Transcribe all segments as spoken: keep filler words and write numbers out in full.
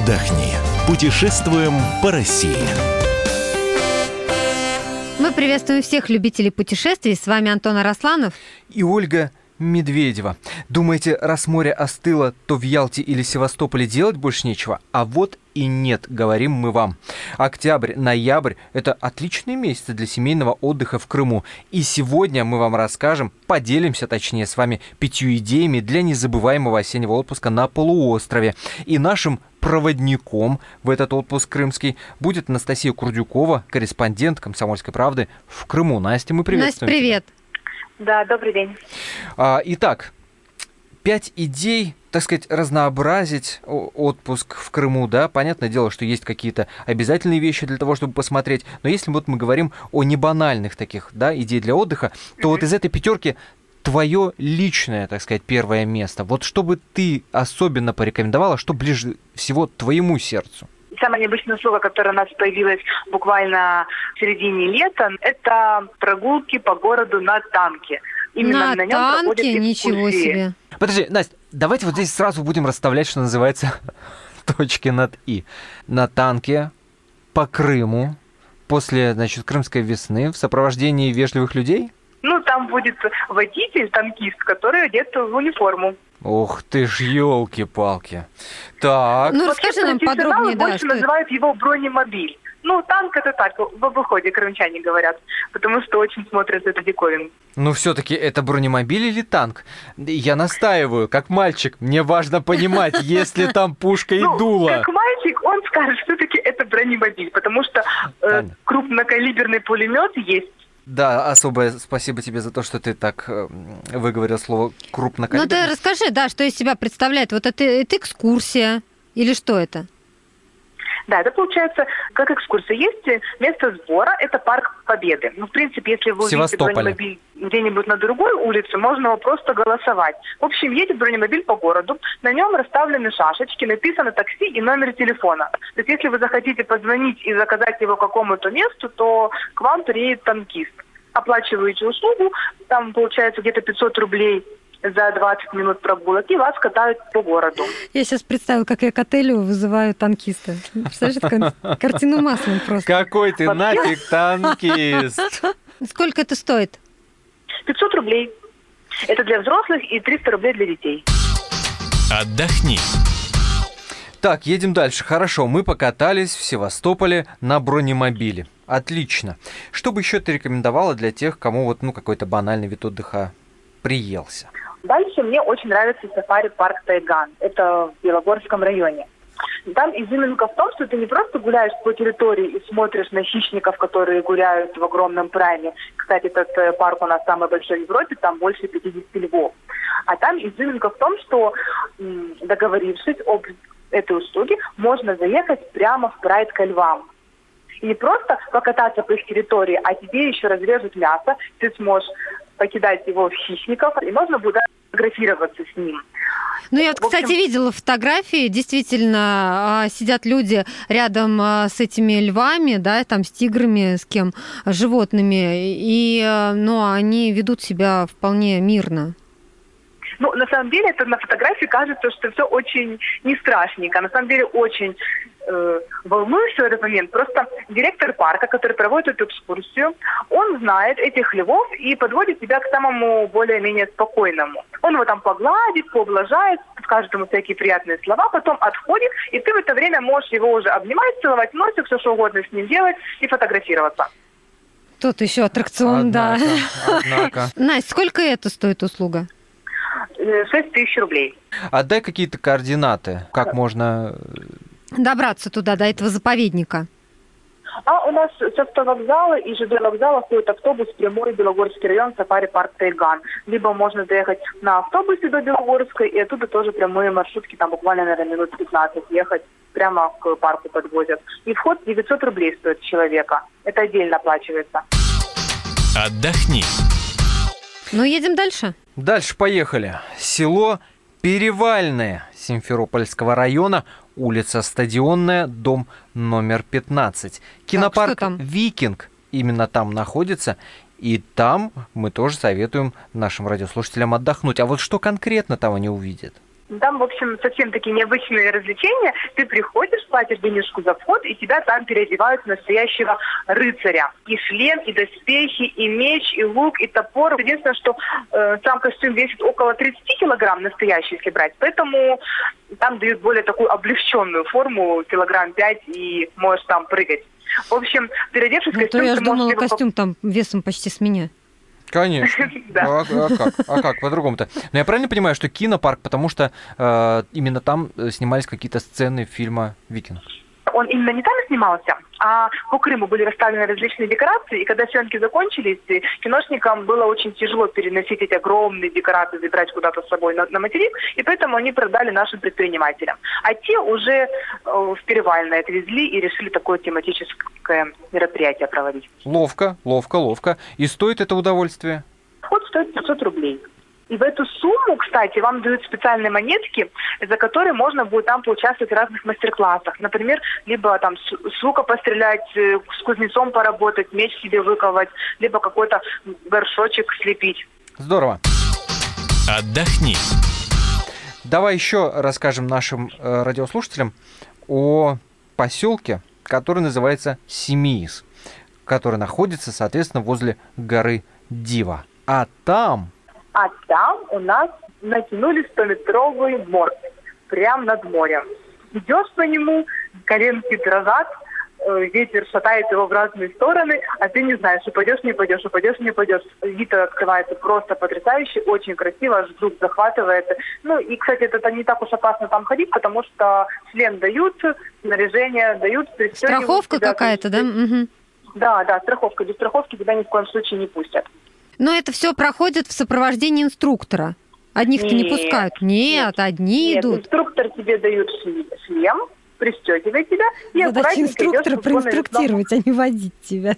Отдохни. Путешествуем по России. Мы приветствуем всех любителей путешествий. С вами Антон Арасланов и Ольга Медведева. Думаете, раз море остыло, то в Ялте или Севастополе делать больше нечего? А вот и нет, говорим мы вам. Октябрь, ноябрь – это отличные месяцы для семейного отдыха в Крыму. И сегодня мы вам расскажем, поделимся точнее с вами пятью идеями для незабываемого осеннего отпуска на полуострове. И нашим проводником в этот отпуск крымский будет Анастасия Курдюкова, корреспондент «Комсомольской правды» в Крыму. Настя, мы приветствуем. Настя, привет. Тебя. Да, добрый день. А, итак, пять идей, так сказать, разнообразить отпуск в Крыму, да, понятное дело, что есть какие-то обязательные вещи для того, чтобы посмотреть, но если вот мы говорим о небанальных таких, да, идей для отдыха, то mm-hmm. вот из этой пятерки твое личное, так сказать, первое место, вот что бы ты особенно порекомендовала, что ближе всего твоему сердцу? Самая необычная услуга, которая у нас появилась буквально в середине лета, это прогулки по городу на танке. Именно на, на нем танке? Ничего себе. Подожди, Настя, давайте вот здесь сразу будем расставлять, что называется, точки над «и». На танке по Крыму после, значит, крымской весны в сопровождении вежливых людей? Ну, там будет водитель, танкист, который одет в униформу. Ух ты ж, елки-палки. Так. Ну, расскажи нам подробнее, да, больше называют его бронемобиль. Ну, танк это так, в обиходе крымчане говорят, потому что очень смотрят это диковин. Ну, все-таки это бронемобиль или танк? Я настаиваю, как мальчик, мне важно понимать, есть ли там пушка и дуло. Как мальчик, он скажет, все-таки это бронемобиль, потому что э, крупнокалиберный пулемет есть. Да, особое спасибо тебе за то, что ты так э, выговорил слово крупнокалиберный. Ну, ты расскажи, да, что из себя представляет. Вот это, это экскурсия или что это? Да, это получается как экскурсия. Есть место сбора, это парк Победы. Ну, в принципе, если вы увидите бронемобиль где-нибудь на другой улице, можно его просто голосовать. В общем, едет бронемобиль по городу, на нем расставлены шашечки, написано такси и номер телефона. То есть, если вы захотите позвонить и заказать его к какому-то месту, то к вам приедет танкист. Оплачиваете услугу, там получается где-то пятьсот рублей за двадцать минут прогулок, и вас катают по городу. Я сейчас представила, как я к отелю вызываю танкиста. Представляешь, картину маслом просто. Какой ты нафиг танкист? Сколько это стоит? пятьсот рублей. Это для взрослых и триста рублей для детей. Отдохни. Так, едем дальше. Хорошо, мы покатались в Севастополе на бронемобиле. Отлично. Что бы еще ты рекомендовала для тех, кому вот, ну, какой-то банальный вид отдыха приелся? Дальше мне очень нравится сафари-парк Тайган. Это в Белогорском районе. Там изюминка в том, что ты не просто гуляешь по территории и смотришь на хищников, которые гуляют в огромном прайме. Кстати, этот парк у нас самый большой в Европе, там больше пятьдесят львов. А там изюминка в том, что, договорившись об этой услуге, можно заехать прямо в прайд ко львам. И не просто покататься по их территории, а тебе еще разрежут мясо, ты сможешь покидать его в хищников, и можно будет фотографироваться с ним. Ну, я, вот, кстати, общем... видела фотографии, действительно, сидят люди рядом с этими львами, да, там с тиграми, с кем, животными, и, ну, они ведут себя вполне мирно. Ну, на самом деле, это на фотографии кажется, что все очень не страшненько. На самом деле, очень э, волнующе в этот момент. Просто директор парка, который проводит эту экскурсию, он знает этих львов и подводит тебя к самому более-менее спокойному. Он его там погладит, поублажает, скажет ему всякие приятные слова, потом отходит, и ты в это время можешь его уже обнимать, целовать носик, все что угодно с ним делать и фотографироваться. Тут еще аттракцион, однако, да. Однако. Настя, сколько это стоит услуга? шесть тысяч рублей. Отдай какие-то координаты, как можно добраться туда, до этого заповедника. А у нас с автовокзала и ЖД вокзала ходит автобус прямой Белогорский район, сафари-парк Тайган. Либо можно доехать на автобусе до Белогорской, и оттуда тоже прямые маршрутки, там буквально, наверное, минут пятнадцать ехать, прямо к парку подвозят. И вход девятьсот рублей стоит человека. Это отдельно оплачивается. Отдохни. Ну, едем дальше. Дальше поехали. Село Перевальное Симферопольского района, улица Стадионная, дом номер пятнадцать. Кинопарк так, «Викинг» именно там находится, и там мы тоже советуем нашим радиослушателям отдохнуть. А вот что конкретно там они увидят? Там, в общем, совсем такие необычные развлечения. Ты приходишь, платишь денежку за вход, и тебя там переодевают в настоящего рыцаря. И шлем, и доспехи, и меч, и лук, и топор. Единственное, что э, сам костюм весит около тридцать килограмм настоящий, если брать. Поэтому там дают более такую облегченную форму, килограмм пять, и можешь там прыгать. В общем, переодевшись в Ну, костюм... то я ты же можешь думала, либо костюм там весом почти с меня. Конечно. Да. А, а как? А как по-другому-то? Но я правильно понимаю, что кинопарк, потому что э, именно там снимались какие-то сцены фильма «Викинг»? Он именно не там снимался, а по Крыму были расставлены различные декорации, и когда съемки закончились, киношникам было очень тяжело переносить эти огромные декорации, забирать куда-то с собой на, на материк, и поэтому они продали нашим предпринимателям. А те уже э, в Перевальное отвезли и решили такое тематическое мероприятие проводить. Ловко, ловко, ловко. И стоит это удовольствие? Вход стоит пятьсот рублей. И в эту сумму, кстати, вам дают специальные монетки, за которые можно будет там поучаствовать в разных мастер-классах. Например, либо там с лука пострелять, с кузнецом поработать, меч себе выковать, либо какой-то горшочек слепить. Здорово. Отдохни. Давай еще расскажем нашим э, радиослушателям о поселке, который называется Семиис, который находится, соответственно, возле горы Дива. А там... А там у нас натянули стометровый мост, прямо над морем. Идешь по нему, коленки дрожат, ветер шатает его в разные стороны, а ты не знаешь, упадешь, не пойдешь, упадешь, не пойдешь. Вид открывается просто потрясающий, очень красиво, аж дух захватывает. Ну и, кстати, это не так уж опасно там ходить, потому что шлем дают, снаряжение дают, пристегивают. Страховка какая-то, да? Угу. Да, да, страховка. Без страховки тебя ни в коем случае не пустят. Но это все проходит в сопровождении инструктора. Одних-то не Нет, пускают. Нет, нет, одни Нет, идут. инструктор тебе дает шлем, пристегивает тебя и Задача аккуратненько инструктора идешь по склону проинструктировать, а не водить тебя.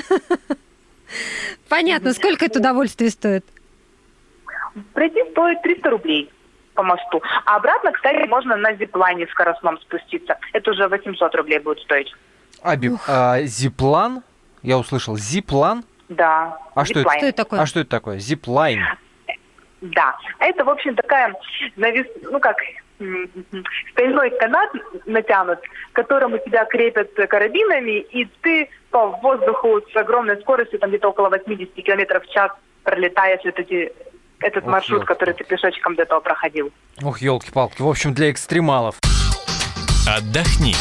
Понятно. Сколько это удовольствие стоит? Пройти стоит триста рублей по мосту. А обратно, кстати, можно на зиплайне скоростном спуститься. Это уже восемьсот рублей будет стоить. А, би- а, зиплан? Я услышал. Зиплан? Да. А что это? Что это такое? А что это такое? Зиплайн. Да. Это, в общем, такая, навес... ну как, стальной канат натянут, к которому тебя крепят карабинами, и ты по воздуху с огромной скоростью, там где-то около восемьдесят километров в час, пролетаешь вот эти, этот Ох, маршрут, ёлки. который ты пешочком до этого проходил. Ох, елки-палки. В общем, для экстремалов. Отдохни.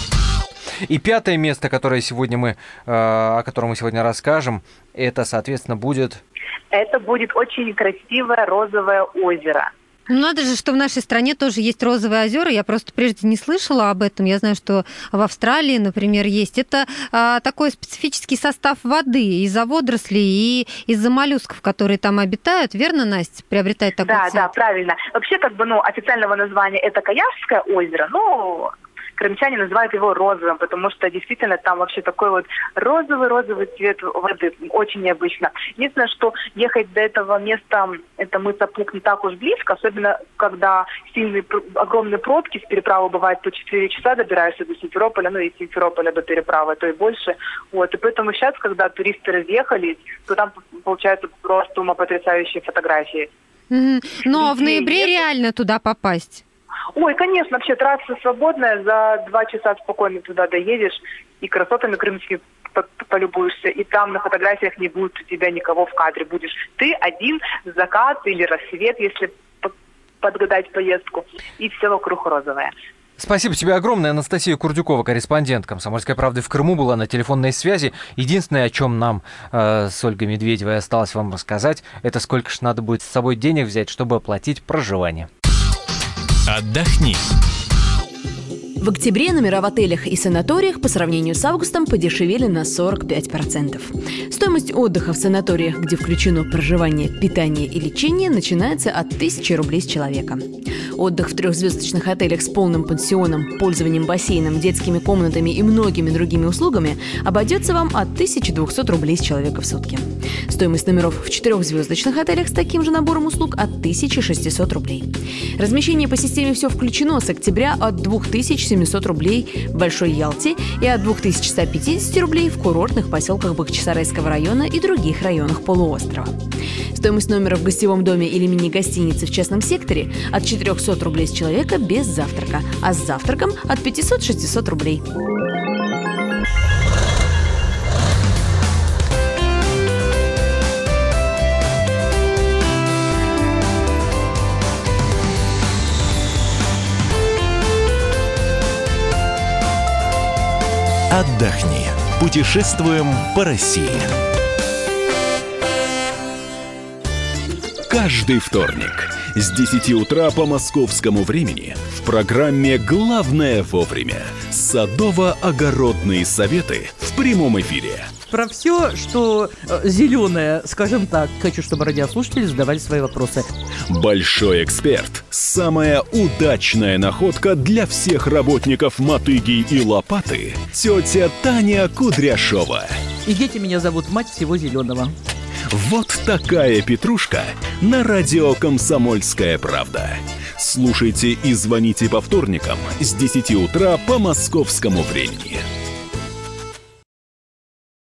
И пятое место, которое сегодня мы, э, о котором мы сегодня расскажем, это, соответственно, будет... Это будет очень красивое розовое озеро. Ну, надо же, что в нашей стране тоже есть розовые озера. Я просто прежде не слышала об этом. Я знаю, что в Австралии, например, есть. Это а, такой специфический состав воды из-за водорослей и из-за моллюсков, которые там обитают. Верно, Настя, приобретает такой Да, цвет? да, правильно. Вообще, как бы, ну, официального названия это Каяжское озеро, но крымчане называют его розовым, потому что действительно там вообще такой вот розовый-розовый цвет воды, очень необычно. Единственное, что ехать до этого места, это мыса Пук, не так уж близко, особенно когда сильные, огромные пробки с переправы бывает по четыре часа добираешься до Симферополя, ну и с Симферополя до переправы, то и больше. Вот, и поэтому сейчас, когда туристы разъехались, то там получается просто умопотрясающие фотографии. Мгм. Ну, а в Людей ноябре нет. реально туда попасть? Ой, конечно, вообще трасса свободная, за два часа спокойно туда доедешь и красотами крымскими по- полюбуешься, и там на фотографиях не будет у тебя никого в кадре, будешь ты один, закат или рассвет, если по- подгадать поездку, и все вокруг розовое. Спасибо тебе огромное. Анастасия Курдюкова, корреспондент «Комсомольской правды» в Крыму, была на телефонной связи. Единственное, о чем нам э, с Ольгой Медведевой осталось вам рассказать, это сколько ж надо будет с собой денег взять, чтобы оплатить проживание. Отдохни. В октябре номера в отелях и санаториях по сравнению с августом подешевели на сорок пять процентов. Стоимость отдыха в санаториях, где включено проживание, питание и лечение, начинается от тысячи рублей с человека. Отдых в трехзвездочных отелях с полным пансионом, пользованием бассейном, детскими комнатами и многими другими услугами обойдется вам от тысячи двухсот рублей с человека в сутки. Стоимость номеров в четырехзвездочных отелях с таким же набором услуг от тысячи шестисот рублей. Размещение по системе «Все включено» с октября от две тысячи семисот рублей в Большой Ялте и от двух тысяч ста пятидесяти рублей в курортных поселках Бахчисарайского района и других районах полуострова. Стоимость номера в гостевом доме или мини-гостинице в частном секторе от четырехсот рублей с человека без завтрака, а с завтраком от пятисот-шестисот рублей. Отдохни. Путешествуем по России. Каждый вторник с десяти утра по московскому времени в программе «Главное вовремя» садово-огородные советы в прямом эфире. Про все, что э, зеленое, скажем так, хочу, чтобы радиослушатели задавали свои вопросы. Большой эксперт. Самая удачная находка для всех работников мотыги и лопаты. Тетя Таня Кудряшова. И дети меня зовут мать всего зеленого. Вот такая петрушка на радио «Комсомольская правда». Слушайте и звоните по вторникам с десяти утра по московскому времени.